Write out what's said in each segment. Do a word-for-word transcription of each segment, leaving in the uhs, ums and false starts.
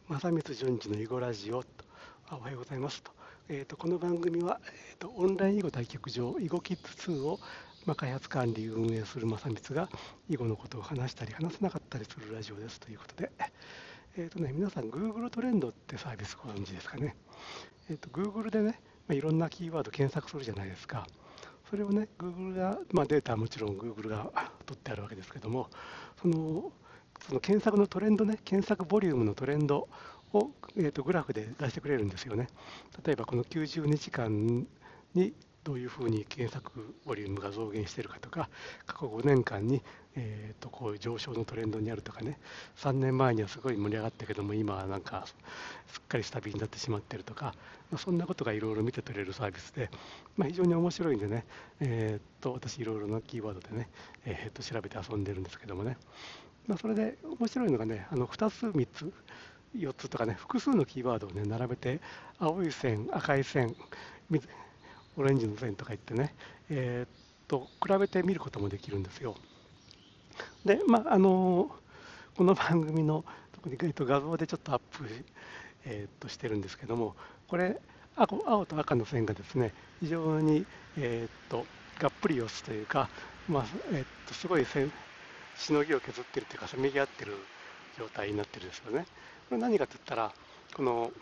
正光順次の囲碁ラジオと、あおはようございますと。えーと、この番組は、えーと、オンライン囲碁対局場囲碁キッズツーを、まあ、開発管理運営する正光が囲碁のことを話したり話せなかったりするラジオですということで、えーとね、皆さん Google トレンドってサービスご存知ですかね。えーと、Google でね、まあ、いろんなキーワード検索するじゃないですか。それをね、Google が、まあ、データはもちろん Google が取ってあるわけですけども、そのその検索のトレンドね、検索ボリュームのトレンドを、えーと、グラフで出してくれるんですよね。例えばこのきゅうじゅうにちかんにどういうふうに検索ボリュームが増減しているかとか、過去ごねんかんに、えーと、こういう上昇のトレンドにあるとかね、さんねんまえにはすごい盛り上がったけども、今はなんかすっかりスタビになってしまっているとか、まあ、そんなことがいろいろ見て取れるサービスで、まあ、非常に面白いんでね、えーと、私いろいろなキーワードでね、えーと、調べて遊んでるんですけどもね、まあ、それで面白いのがね、あのふたつ、みっつ、よっつとかね、複数のキーワードをね、並べて、青い線、赤い線、オレンジの線とか言ってね、えーっと、比べてみることもできるんですよ。で、まあ、あのこの番組の特に、えっと、画像でちょっとアップ、えーっとしてるんですけども、これ、青青と赤の線がですね、非常に、えーっと、がっぷり四つというか、まあ、えーっと、すごい線しのぎを削ってるというか、せめぎ合ってる状態になってるんですよね。これ何かと言ったら、この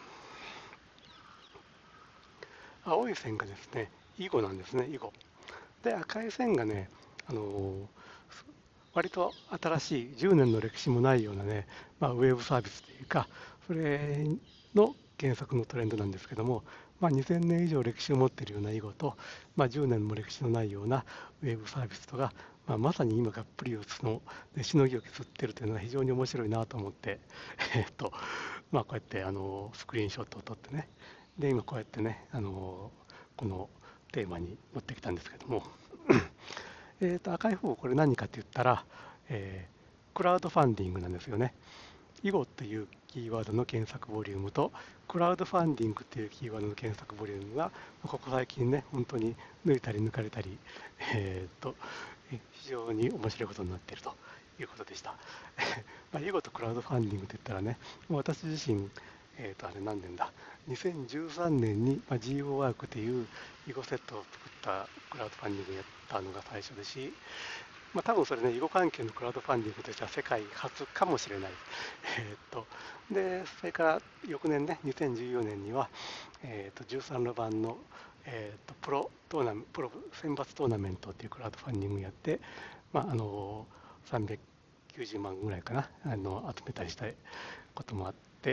青い線がですね、囲碁なんですね、囲碁。で、赤い線がね、あのー割と新しいじゅうねんの歴史もないようなね、まあ、ウェブサービスというか、それの検索のトレンドなんですけども、まあ、にせんねん以上歴史を持っているような囲碁と、まあ、じゅうねんも歴史のないようなウェブサービスとが、まあ、まさに今がっぷり四つのでしのぎを削っているというのは非常に面白いなと思って、えっとまあ、こうやってあのスクリーンショットを撮ってね、で今こうやってね、あのこのテーマに持ってきたんですけども、えーと赤い方、これ何かって言ったら、えークラウドファンディングなんですよね。囲碁っていうキーワードの検索ボリュームと、クラウドファンディングっていうキーワードの検索ボリュームが、ここ最近ね、本当に抜いたり抜かれたり、えーと、非常に面白いことになっているということでした。まあ、囲碁とクラウドファンディングって言ったらね、私自身、えーと、あれ何年だ、にせんじゅうさんねんに、まあ、ジーオー ワークという囲碁セットを作ったクラウドファンディングをやったのが最初ですし、まあ、多分それね、囲碁関係のクラウドファンディングとしては世界初かもしれない。えーっと、で、それから翌年ね、にせんじゅうよねんには、えーっと、じゅうさん路盤の、えーっと、プロトーナメント、プロ選抜トーナメントっていうクラウドファンディングをやって、まあ、あの、さんびゃくきゅうじゅうまんぐらいかな、あの、集めたりしたこともあって、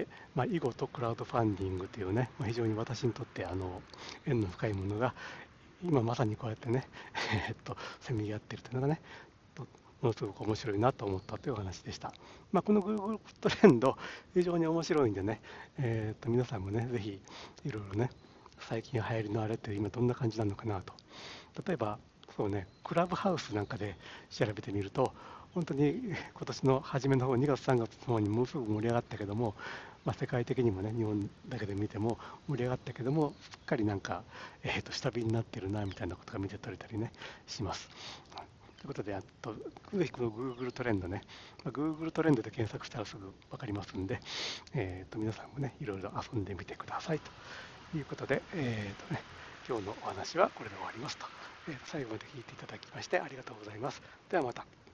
まあ、囲碁とクラウドファンディングというね、まあ、非常に私にとってあの縁の深いものが今まさにこうやってね、えーっと、せめぎ合ってるというのがね、ものすごく面白いなと思ったというお話でした。まあ、この Google トレンド、非常に面白いんでね、えー、と皆さんもね、ぜひいろいろね、最近流行りのあれって今どんな感じなのかなと。例えば、そうね、クラブハウスなんかで調べてみると、本当に今年の初めの方、にがつ、さんがつの方にものすごく盛り上がったけども、まあ、世界的にもね、日本だけで見ても盛り上がったけども、すっかりなんか、えー、と下火になってるなみたいなことが見て取れたりね、します。ということで、あとぜひこの Google トレンドね、まあ、Google トレンドで検索したらすぐ分かりますんで、えー、と皆さんもね、いろいろ遊んでみてくださいということで、えーとね、今日のお話はこれで終わりますと。えー、最後まで聞いていただきましてありがとうございます。ではまた。